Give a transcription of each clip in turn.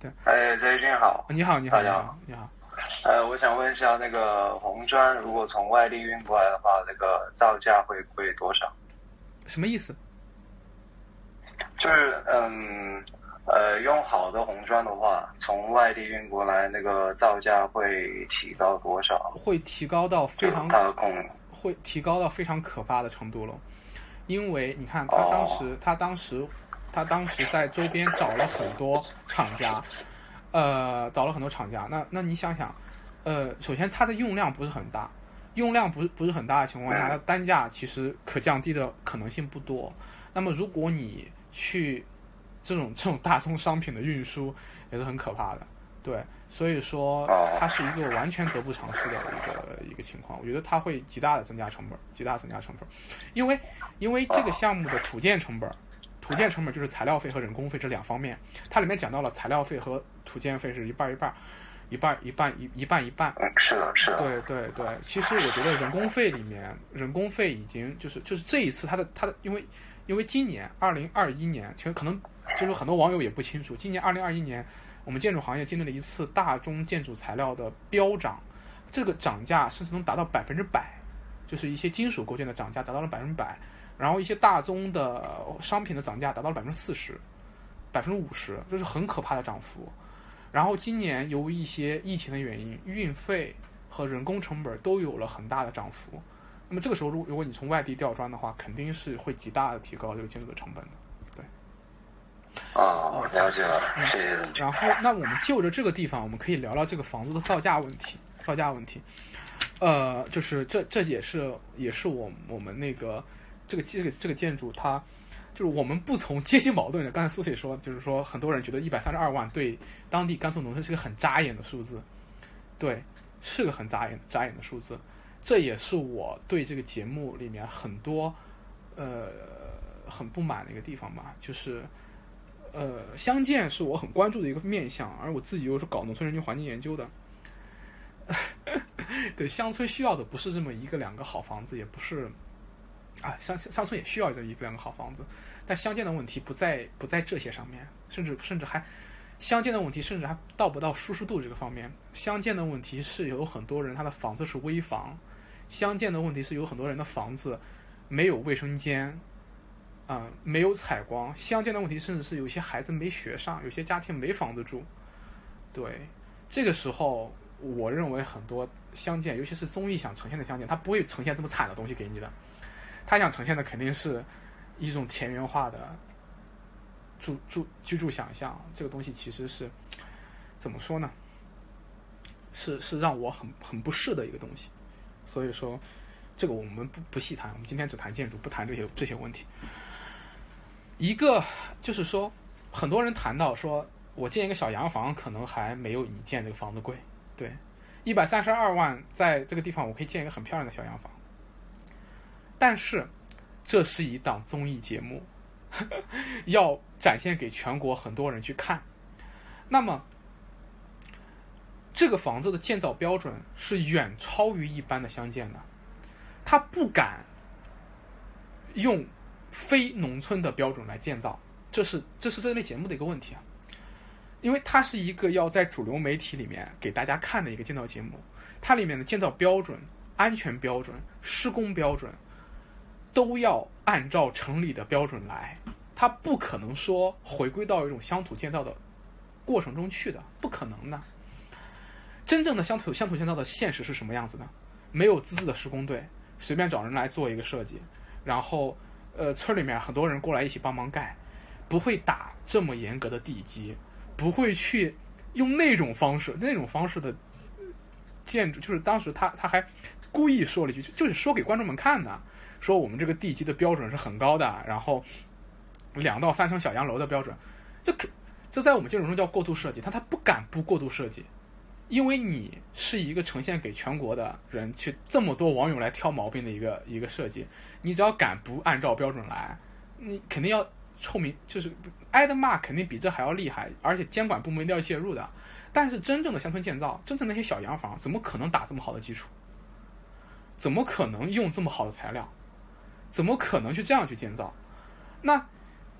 对。 ZJ君好。 你好，你好， 大家好， 你好。 我想问一下，那个红砖如果从外地运过来的话，那个造价会贵多少？ 什么意思？ 就是用好的红砖的话，从外地运过来，那个造价会提高多少？ 会提高到非常会提高到非常可怕的程度了。因为你看，他当时在周边找了很多厂家，那你想想，首先它的用量不是很大，不是很大的情况下，它单价其实可降低的可能性不多。那么如果你去这种大宗商品的运输也是很可怕的，对，所以说它是一个完全得不偿失的一个情况。我觉得它会极大的增加成本，因为这个项目的土建成本就是材料费和人工费这两方面，它里面讲到了材料费和土建费是一半。 是的。 对。其实我觉得人工费已经就是这一次它的，因为今年2021年，其实可能就是很多网友也不清楚，今年2021年我们建筑行业经历了一次大宗建筑材料的飙涨，这个涨价甚至能达到100%，就是一些金属构件的涨价达到了100%，然后一些大宗的商品的涨价达到了40%、50%，这是很可怕的涨幅。然后今年由于一些疫情的原因，运费和人工成本都有了很大的涨幅。那么这个时候，如果你从外地调砖的话，肯定是会极大的提高这个建筑的成本的。对。 了解了，谢谢。 然后，那我们就着这个地方，我们可以聊聊这个房子的造价问题。就是这也是我们那个这个建筑它。就是我们不从阶级矛盾的，刚才苏 Sir 说，就是说很多人觉得132万对当地甘肃农村是个很扎眼的数字，对，是个很扎眼的数字。这也是我对这个节目里面很多很不满的一个地方吧，就是乡建是我很关注的一个面向，而我自己又是搞农村人均环境研究的。对，乡村需要的不是这么一个两个好房子，也不是乡村也需要这一个两个好房子，但乡建的问题不在这些上面，甚至还乡建的问题甚至还到不到舒适度这个方面。乡建的问题是有很多人他的房子是危房，乡建的问题是有很多人的房子没有卫生间，没有采光。乡建的问题甚至是有些孩子没学上，有些家庭没房子住。对，这个时候我认为很多乡建，尤其是综艺想呈现的乡建，它不会呈现这么惨的东西给你的。他想呈现的肯定是一种田园化的居住想象，这个东西其实是怎么说呢？是让我很不适的一个东西。所以说，这个我们不细谈，我们今天只谈建筑，不谈这些问题。一个就是说，很多人谈到说，我建一个小洋房，可能还没有你建这个房子贵。对，132万在这个地方，我可以建一个很漂亮的小洋房。但是这是一档综艺节目，要展现给全国很多人去看。那么这个房子的建造标准是远超于一般的乡建的，他不敢用非农村的标准来建造，这是这类节目的一个问题啊。因为它是一个要在主流媒体里面给大家看的一个建造节目，它里面的建造标准、安全标准、施工标准都要按照城里的标准来，它不可能说回归到一种乡土建造的过程中去的，不可能的。真正的乡土建造的现实是什么样子呢？没有资质的施工队，随便找人来做一个设计，然后村里面很多人过来一起帮忙盖，不会打这么严格的地基，不会去用那种方式的建筑。就是当时他还故意说了一句，就是说给观众们看的，说我们这个地基的标准是很高的，然后2到3层小洋楼的标准，这在我们建筑中叫过度设计。他不敢不过度设计，因为你是一个呈现给全国的人去这么多网友来挑毛病的一个设计，你只要敢不按照标准来，你肯定要臭名，就是挨的骂肯定比这还要厉害，而且监管部门一定要介入的。但是真正的乡村建造，真正那些小洋房，怎么可能打这么好的基础？怎么可能用这么好的材料？怎么可能去这样去建造？那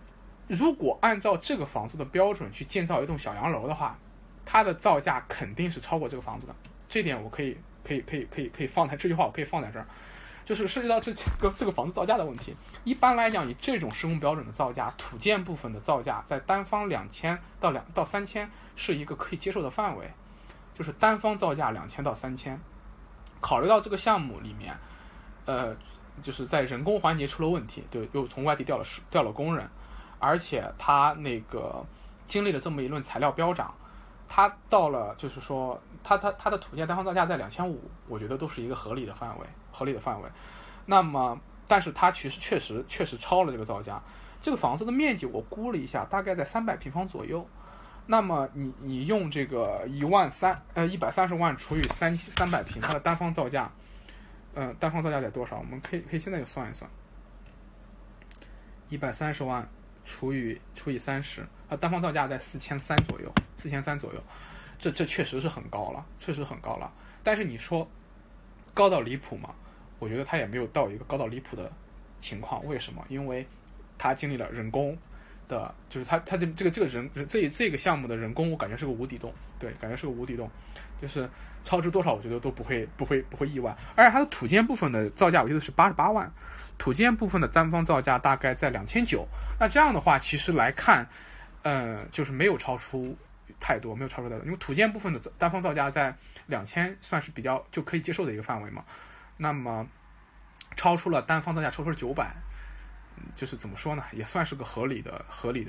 如果按照这个房子的标准去建造一栋小洋楼的话，它的造价肯定是超过这个房子的。这点我可以放在这句话，我可以放在这儿，就是涉及到这个房子造价的问题。一般来讲，以这种施工标准的造价，土建部分的造价在单方2000到3000是一个可以接受的范围，就是单方造价2000到3000。考虑到这个项目里面，就是在人工环节出了问题，对，又从外地调了工人，而且他那个经历了这么一轮材料飙涨，他到了就是说他的土建单方造价在2500，我觉得都是一个合理的范围。那么，但是它确实超了这个造价。这个房子的面积我估了一下，大概在300平方左右。那么你用这个130万除以300平，它的单方造价在多少？我们可以现在就算一算，130万除以30，它单方造价在4300左右，4300左右，这确实是很高了，但是你说高到离谱吗？我觉得它也没有到一个高到离谱的情况。为什么？因为它经历了人工的，就是它这个项目的人工，我感觉是个无底洞，对，感觉是个无底洞，就是超支多少，我觉得都不会意外。而且它的土建部分的造价，我记得是88万，土建部分的单方造价大概在2900。那这样的话，其实来看，就是没有超出太多，因为土建部分的单方造价在2000算是比较就可以接受的一个范围嘛。那么超出了单方造价，超出了900。就是怎么说呢，也算是个合理的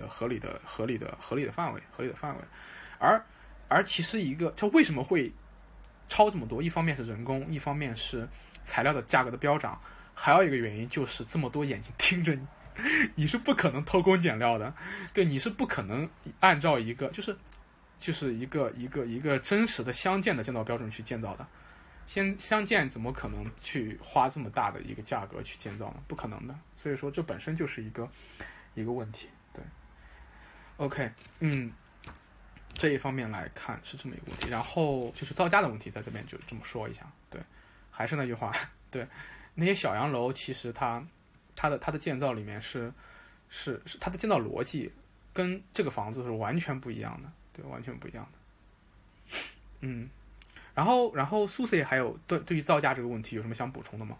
范围。而其实它为什么会超这么多？一方面是人工，一方面是材料的价格的飙涨，还有一个原因就是这么多眼睛盯着你，你是不可能偷工减料的，对，你是不可能按照一个就是一个真实的相建的建造标准去建造的。相建怎么可能去花这么大的一个价格去建造呢？不可能的。所以说这本身就是一个问题。对 ，OK， 这一方面来看是这么一个问题。然后就是造价的问题，在这边就这么说一下。对，还是那句话，对，那些小洋楼其实它的建造里面是它的建造逻辑跟这个房子是完全不一样的，对，完全不一样的。然后苏 Sir 还有对于造价这个问题有什么想补充的吗？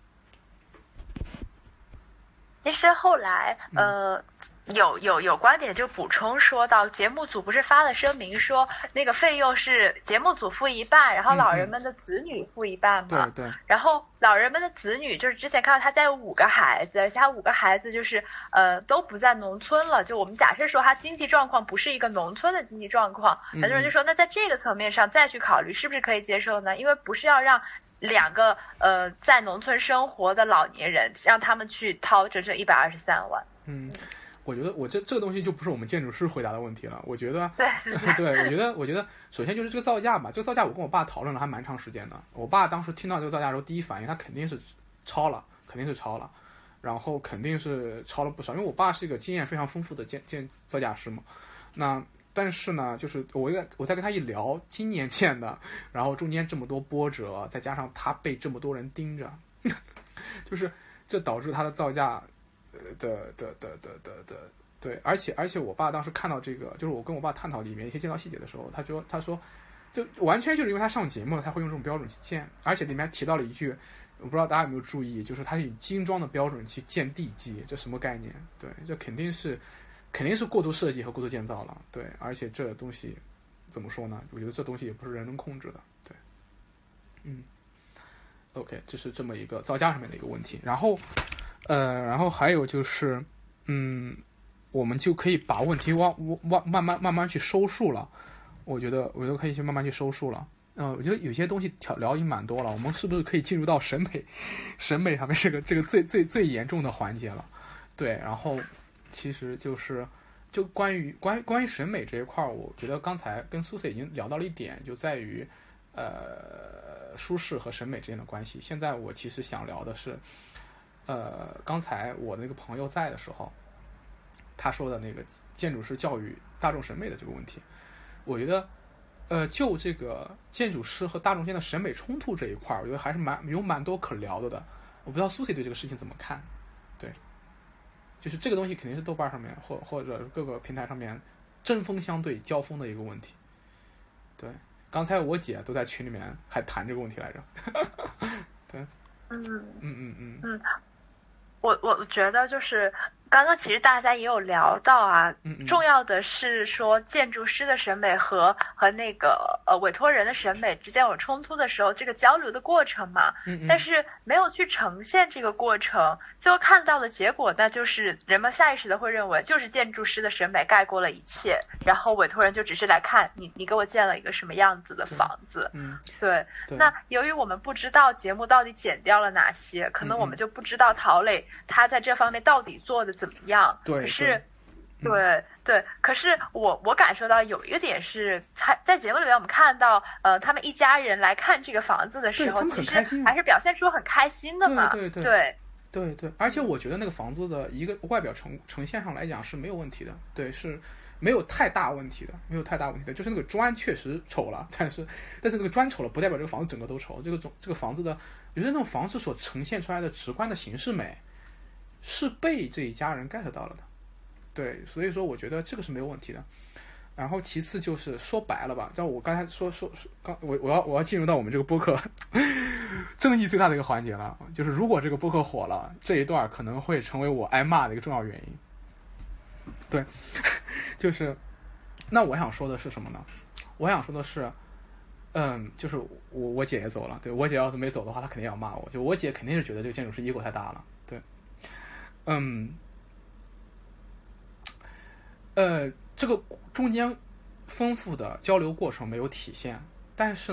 其实后来有观点就补充说到，节目组不是发了声明说那个费用是节目组付一半，然后老人们的子女付一半嘛。 对。 然后老人们的子女就是之前看到他家有5个孩子，而且他5个孩子就是都不在农村了。就我们假设说他经济状况不是一个农村的经济状况，很多人就说那在这个层面上再去考虑是不是可以接受呢？因为不是要让2个在农村生活的老年人让他们去掏整整123万。 我觉得这个东西就不是我们建筑师回答的问题了。我觉得对， 我觉得首先就是这个造价吧。这个造价我跟我爸讨论了还蛮长时间的。我爸当时听到这个造价的时候，第一反应他肯定是超了，然后肯定是超了不少。因为我爸是一个经验非常丰富的造价师嘛。那但是呢，就是我再跟他一聊，今年建的，然后中间这么多波折，再加上他被这么多人盯着，就是这导致他的造价对，而且我爸当时看到这个，就是我跟我爸探讨里面一些建造细节的时候，他说就完全就是因为他上节目了，他会用这种标准去建，而且里面提到了一句，我不知道大家有没有注意，就是他以精装的标准去建地基，这什么概念？对，这肯定是过度设计和过度建造了，对，而且这东西怎么说呢？我觉得这东西也不是人能控制的，对，OK， 这是这么一个造价上面的一个问题，然后还有就是，我们就可以把问题慢慢去收束了。我觉得可以去慢慢去收束了。我觉得有些东西聊已经蛮多了，我们是不是可以进入到审美上面这个最严重的环节了？对，然后其实就关于审美这一块，我觉得刚才跟苏 Sir 已经聊到了一点，就在于舒适和审美之间的关系。现在我其实想聊的是。刚才我那个朋友在的时候，他说的那个建筑师教育大众审美的这个问题，我觉得，就这个建筑师和大众间的审美冲突这一块，我觉得还是蛮多可聊的。我不知道苏 Sir 对这个事情怎么看？对， 就是这个东西肯定是豆瓣上面或者各个平台上面针锋相对交锋的一个问题。对，刚才我姐都在群里面还谈这个问题来着。对， 我觉得就是刚刚其实大家也有聊到啊，重要的是说建筑师的审美和那个委托人的审美之间有冲突的时候，这个交流的过程嘛，但是没有去呈现这个过程，最后看到的结果那就是人们下意识的会认为就是建筑师的审美盖过了一切，然后委托人就只是来看你给我建了一个什么样子的房子。对。那由于我们不知道节目到底剪掉了哪些，可能我们就不知道陶磊他在这方面到底做的怎么样。 对， 可是对，可是我感受到有一个点是，在节目里面我们看到，他们一家人来看这个房子的时候，其实还是表现出很开心的嘛。 对，而且我觉得那个房子的一个外表呈现上来讲是没有问题的，对，是没有太大问题的，就是那个砖确实丑了，但是那个砖丑了不代表这个房子整个都丑，这个房子的有些那种房子所呈现出来的直观的形式美是被这一家人 get 到了的。对，所以说我觉得这个是没有问题的。然后其次就是说白了吧，像我刚才我要进入到我们这个播客争议最大的一个环节了，就是如果这个播客火了，这一段可能会成为我挨骂的一个重要原因。对，就是那我想说的是什么呢？我想说的是就是我姐也走了，对，我姐要是没走的话她肯定要骂我，就我姐肯定是觉得这个建筑师 ego 太大了。对，这个中间丰富的交流过程没有体现，但是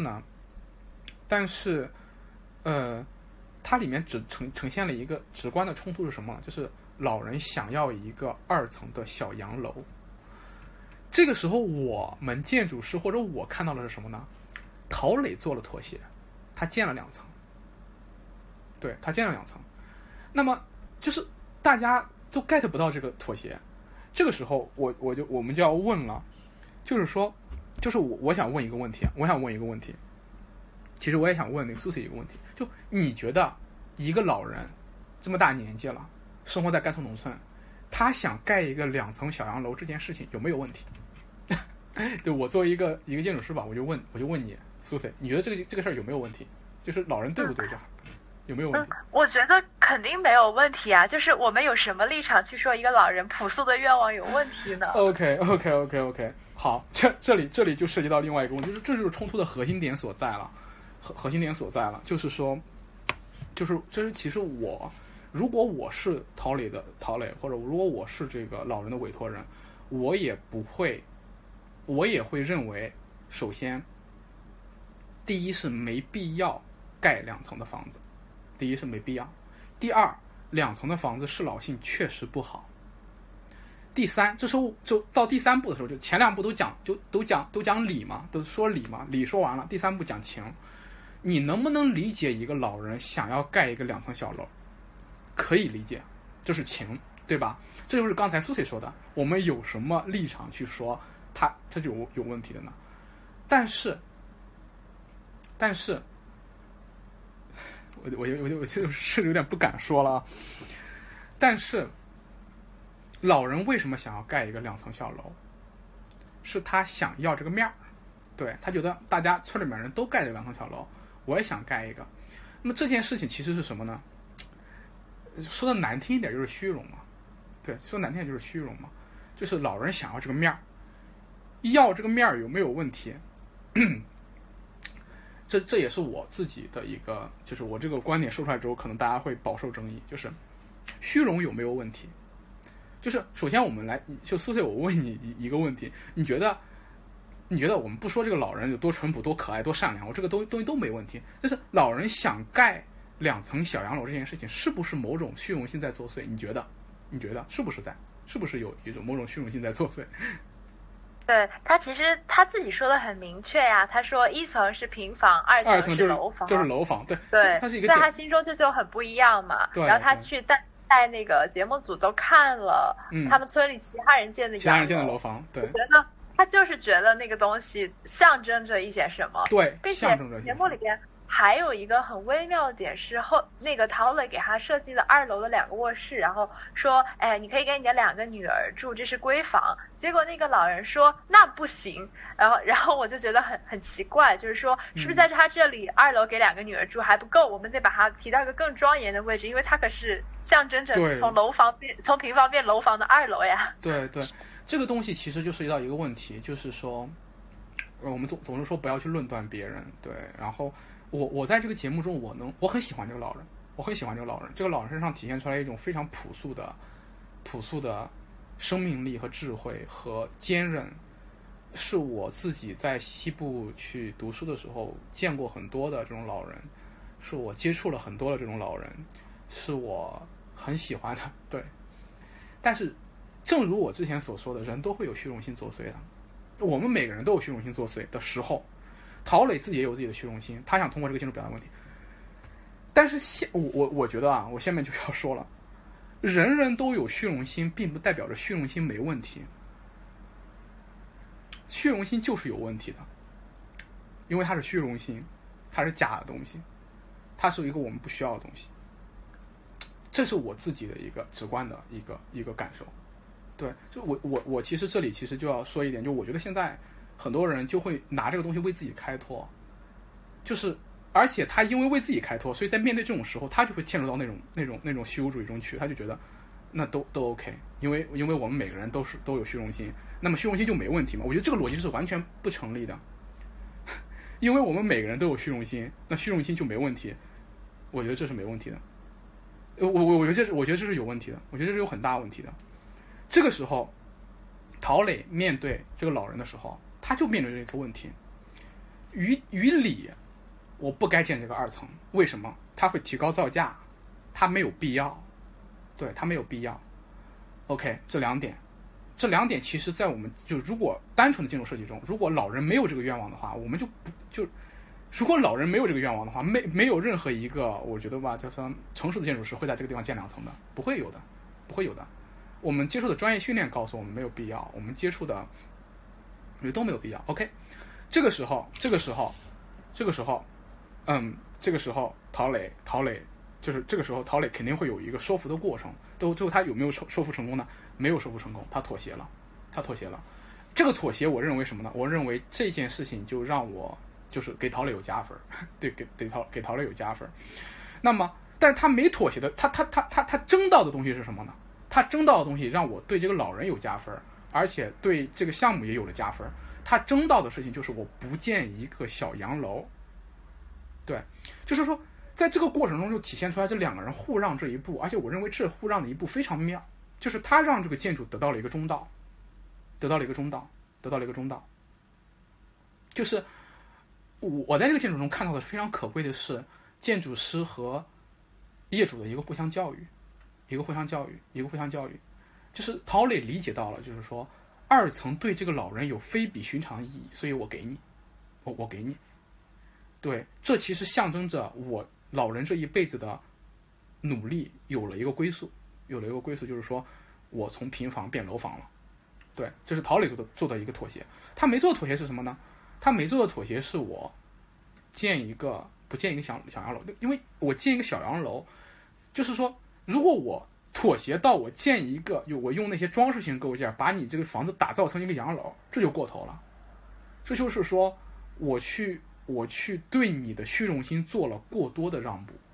它里面只呈现了一个直观的冲突是什么？就是老人想要一个2层的小洋楼。这个时候我们建筑师或者我看到的是什么呢？陶磊做了妥协，他建了2层。对，他建了2层。那么就是大家都 get 不到这个妥协。这个时候我们就要问了，就是说，就是我想问一个问题，其实我也想问那个苏西一个问题，就你觉得一个老人这么大年纪了，生活在甘肃农村，他想盖一个2层小洋楼这件事情有没有问题？对，我作为一个建筑师吧，我就问你苏西，你觉得这个事儿有没有问题？就是老人对不对这样？有没有问题？ 我觉得肯定没有问题啊，就是我们有什么立场去说一个老人朴素的愿望有问题呢？ OK， 好，这里就涉及到另外一个问题，就是这就是冲突的核心点所在了，就是说，就是其实如果我是陶磊，或者如果我是这个老人的委托人，我也会认为，首先，第一是没必要盖2层的房子。第一是没必要，第二，2层的房子适老性确实不好。第三，这时候就到第3步的时候，就前2步都讲理嘛，都说理嘛，理说完了，第3步讲情。你能不能理解一个老人想要盖一个2层小楼？可以理解，这是情，对吧？这就是刚才苏西说的，我们有什么立场去说他就有问题的呢？但是。我就是有点不敢说了，但是老人为什么想要盖一个2层小楼？是他想要这个面儿，对，他觉得大家村里面人都盖这2层小楼，我也想盖一个。那么这件事情其实是什么呢？说的难听一点就是虚荣嘛，对，说难听点就是虚荣嘛，就是老人想要这个面儿，要这个面儿有没有问题？这也是我自己的一个，就是我这个观点说出来之后，可能大家会饱受争议。就是虚荣有没有问题？就是首先我们来，就苏西，我问你一个问题，你觉得我们不说这个老人有多淳朴、多可爱、多善良，我这个东西都没问题。但是老人想盖2层小洋楼这件事情，是不是某种虚荣心在作祟？你觉得是不是有一种某种虚荣心在作祟？ 对，他其实他自己说的很明确呀，他说1层是平房，2层是楼房， 就是楼房，对，他是一个在他心中就很不一样嘛。 对， 然后他去带那个节目组都看了，他们村里其他人建的楼房，对， 我觉得他就是觉得那个东西象征着一些什么， 对， 并且节目里边还有一个很微妙的点是那个陶磊给他设计了2楼的2个卧室，然后说，哎，你可以给你的2个女儿住，这是闺房。结果那个老人说那不行，然后我就觉得很奇怪，就是说是不是在他这里2楼给2个女儿住还不够，我们得把它提到一个更庄严的位置，因为它可是象征着从平房变楼房的2楼呀。 对对，这个东西其实就涉及到一个问题，就是说，我们总是说不要去论断别人，对。然后我在这个节目中，我很喜欢这个老人，我很喜欢这个老人。这个老人身上体现出来一种非常朴素的生命力和智慧和坚韧，是我自己在西部去读书的时候见过很多的这种老人，是我接触了很多的这种老人，是我很喜欢的，对。但是正如我之前所说的，人都会有虚荣心作祟的，我们每个人都有虚荣心作祟的时候，陶磊自己也有自己的虚荣心，他想通过这个建筑表达问题。但是我觉得啊，我下面就要说了，人人都有虚荣心，并不代表着虚荣心没问题。虚荣心就是有问题的，因为它是虚荣心，它是假的东西，它是一个我们不需要的东西。这是我自己的一个直观的一个感受。对，就我其实这里其实就要说一点，就我觉得现在很多人就会拿这个东西为自己开脱，就是而且他因为为自己开脱，所以在面对这种时候，他就会陷入到那种虚无主义中去，他就觉得那都 OK， 因为我们每个人都有虚荣心，那么虚荣心就没问题嘛？我觉得这个逻辑是完全不成立的，因为我们每个人都有虚荣心，那虚荣心就没问题，我觉得这是没问题的。我觉得这是有问题的，我觉得这是有很大问题的。这个时候，陶磊面对这个老人的时候，他就面对这个问题。于理，我不该建这个2层，为什么？它会提高造价，它没有必要，对，它没有必要。OK， 这两点其实在我们就如果单纯的建筑设计中，如果老人没有这个愿望的话，我们如果老人没有这个愿望的话，没有任何一个我觉得吧，就说成熟的建筑师会在这个地方建2层的，不会有的。我们接触的专业训练告诉我们没有必要，我们接触的我觉得都没有必要。OK， 这个时候，陶磊就是这个时候，陶磊肯定会有一个说服的过程。最后他有没有说服成功呢？没有说服成功，他妥协了。这个妥协，我认为什么呢？我认为这件事情就让我就是给陶磊有加分，对，给陶磊有加分。那么，但是他没妥协的，他争到的东西是什么呢？他争到的东西让我对这个老人有加分，而且对这个项目也有了加分。他争到的事情就是我不建一个小洋楼，对，就是说在这个过程中就体现出来这2个人互让这一步，而且我认为这互让的一步非常妙，就是他让这个建筑得到了一个中道，就是我在这个建筑中看到的非常可贵的是建筑师和业主的一个互相教育，就是陶磊理解到了，就是说2层对这个老人有非比寻常的意义，所以我给你，我给你。对，这其实象征着我老人这一辈子的努力有了一个归宿，就是说我从平房变楼房了。对，这是陶磊做的一个妥协。他没做的妥协是什么呢？他没做的妥协是我不建一个小洋楼，因为我建一个小洋楼，就是说如果我妥协到我建一个，我用那些装饰性构件把你这个房子打造成一个洋楼，这就过头了。这就是说我去对你的虚荣心做了过多的让步。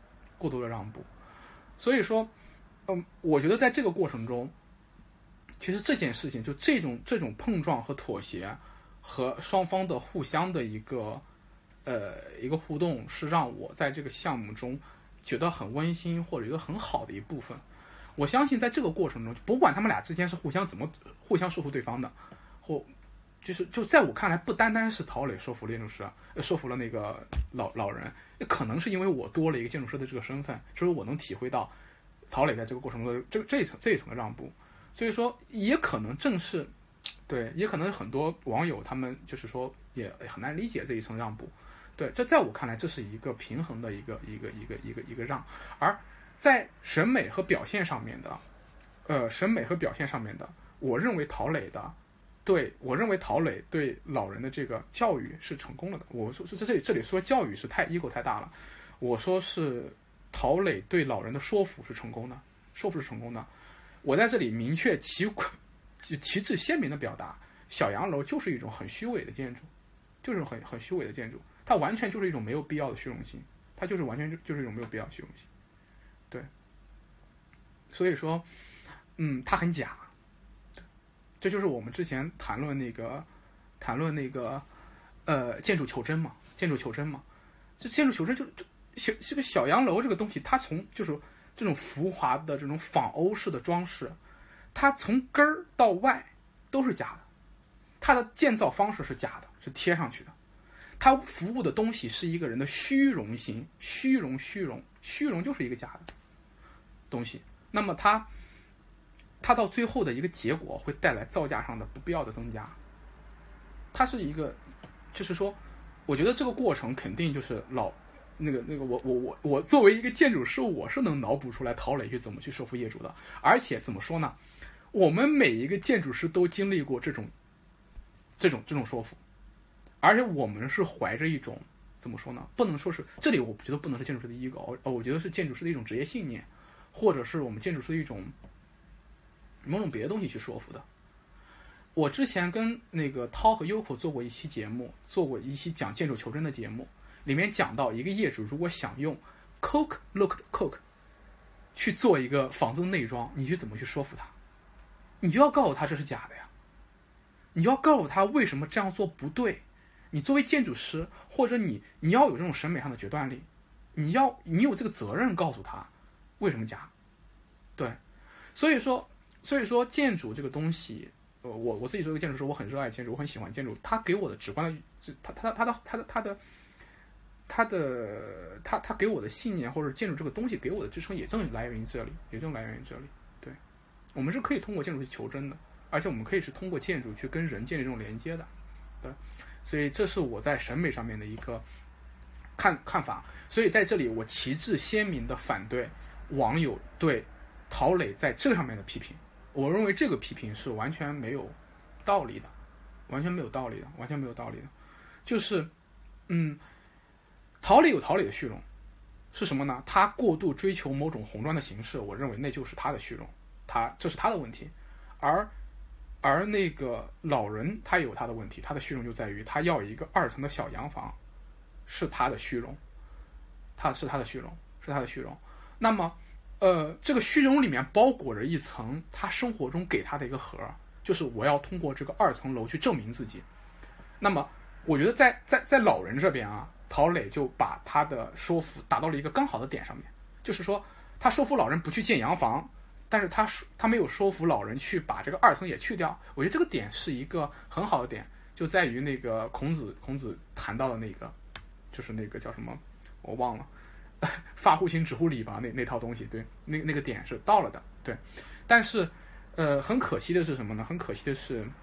所以说我觉得在这个过程中，其实这件事情就这种碰撞和妥协和双方的互相的一个互动，是让我在这个项目中觉得很温馨或者觉得很好的一部分。我相信在这个过程中，不管他们俩之间是互相说服对方的，就在我看来，不单单是陶磊说服建筑师，说服了那个老人，也可能是因为我多了一个建筑师的这个身份，所以我能体会到陶磊在这个过程中的这一层的让步。所以说，也可能正是对，也可能很多网友他们就是说也很难理解这一层让步。对，这在我看来，这是一个平衡的一个让，而在审美和表现上面的，我认为陶磊的我认为陶磊对老人的这个教育是成功了的。我说这里说教育是ego太大了，我说是陶磊对老人的说服是成功的，我在这里明确旗帜鲜明的表达，小洋楼就是一种很虚伪的建筑，就是很虚伪的建筑，它完全就是一种没有必要的虚荣心，它就是完全就是一种没有必要的虚荣心。对，所以说它很假。这就是我们之前谈论那个建筑求真嘛，这建筑求真就这个小洋楼这个东西，它从就是这种浮华的这种仿欧式的装饰，它从根儿到外都是假的，它的建造方式是假的，是贴上去的，它服务的东西是一个人的虚荣心，虚荣就是一个假的东西。那么它到最后的一个结果会带来造价上的不必要的增加。它是一个，就是说，我觉得这个过程肯定就是我作为一个建筑师，我是能脑补出来陶磊去怎么去说服业主的。而且怎么说呢？我们每一个建筑师都经历过这种说服，而且我们是怀着一种怎么说呢？不能说是这里，我觉得不能是建筑师的ego，我觉得是建筑师的一种职业信念，或者是我们建筑师的一种某种别的东西去说服的。我之前跟那个涛和 Yoko 做过一期讲建筑求真的节目，里面讲到一个业主如果想用 Coke looked Coke 去做一个房子的内装，你去怎么去说服他？你就要告诉他这是假的呀，你就要告诉他为什么这样做不对。你作为建筑师，或者你要有这种审美上的决断力，你有这个责任告诉他为什么假。对，所以说建筑这个东西，我自己作为建筑师，我很热爱建筑，我很喜欢建筑。它给我的直观的，他给我的信念，或者建筑这个东西给我的支撑，也正来源于这里。对，我们是可以通过建筑去求真的，而且我们可以是通过建筑去跟人建立这种连接的。对，所以这是我在审美上面的一个看法。所以在这里，我旗帜鲜明的反对网友对陶磊在这上面的批评。我认为这个批评是完全没有道理的，完全没有道理的。就是陶磊有陶磊的虚荣，是什么呢？他过度追求某种宏观的形式，我认为那就是他的虚荣，这是他的问题。而那个老人他有他的问题，他的虚荣就在于他要一个2层的小洋房，是他的虚荣，是他的虚荣。那么这个虚荣里面包裹着一层他生活中给他的一个核，就是我要通过这个2层楼去证明自己。那么我觉得在老人这边啊，陶磊就把他的说服打到了一个刚好的点上面，就是说他说服老人不去建洋房，但是他没有说服老人去把这个2层也去掉。我觉得这个点是一个很好的点，就在于那个孔子谈到的那个，就是那个叫什么我忘了，发乎情止乎礼吧，那套东西。对，那个点是到了的。对，但是很可惜的是什么呢？很可惜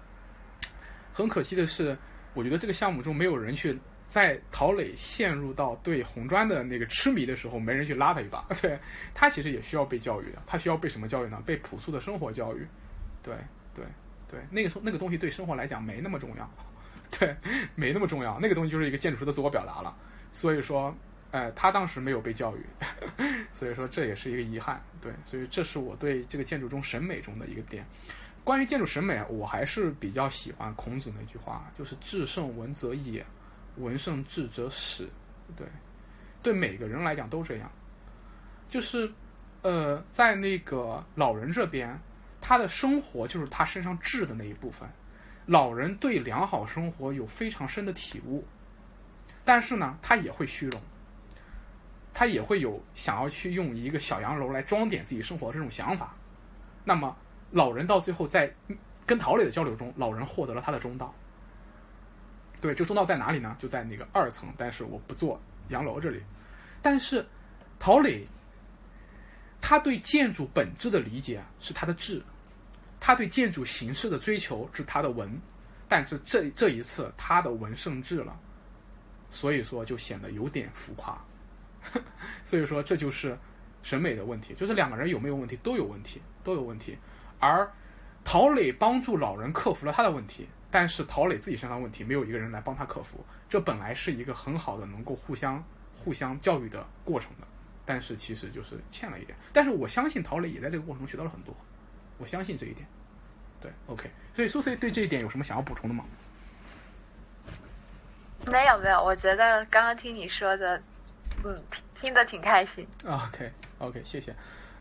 的是我觉得这个项目中没有人去在陶磊陷入到对红砖的那个痴迷的时候，没人去拉他一把。对，他其实也需要被教育的。他需要被什么教育呢？被朴素的生活教育。对，那个东西对生活来讲没那么重要。对，没那么重要。那个东西就是一个建筑师的自我表达了。所以说他当时没有被教育，所以说这也是一个遗憾。对，所以这是我对这个建筑中审美中的一个点。关于建筑审美，我还是比较喜欢孔子那句话，就是至圣文则也，文圣至则始。对每个人来讲都这样。就是在那个老人这边，他的生活就是他身上质的那一部分。老人对良好生活有非常深的体悟，但是呢，他也会虚荣，他也会有想要去用一个小洋楼来装点自己生活的这种想法。那么老人到最后在跟陶磊的交流中，老人获得了他的中道。对，这个中道在哪里呢？就在那个2层，但是我不做洋楼这里。但是陶磊他对建筑本质的理解是他的质，他对建筑形式的追求是他的文，但是这一次他的文胜质了，所以说就显得有点浮夸。所以说这就是审美的问题，就是两个人有没有问题都有问题。而陶磊帮助老人克服了他的问题，但是陶磊自己身上的问题没有一个人来帮他克服，这本来是一个很好的能够互相教育的过程的，但是其实就是欠了一点。但是我相信陶磊也在这个过程中学到了很多，我相信这一点。对 ，OK， 所以苏 C 对这一点有什么想要补充的吗？ 没有，我觉得刚刚听你说的，听得挺开心。 OK， 谢谢。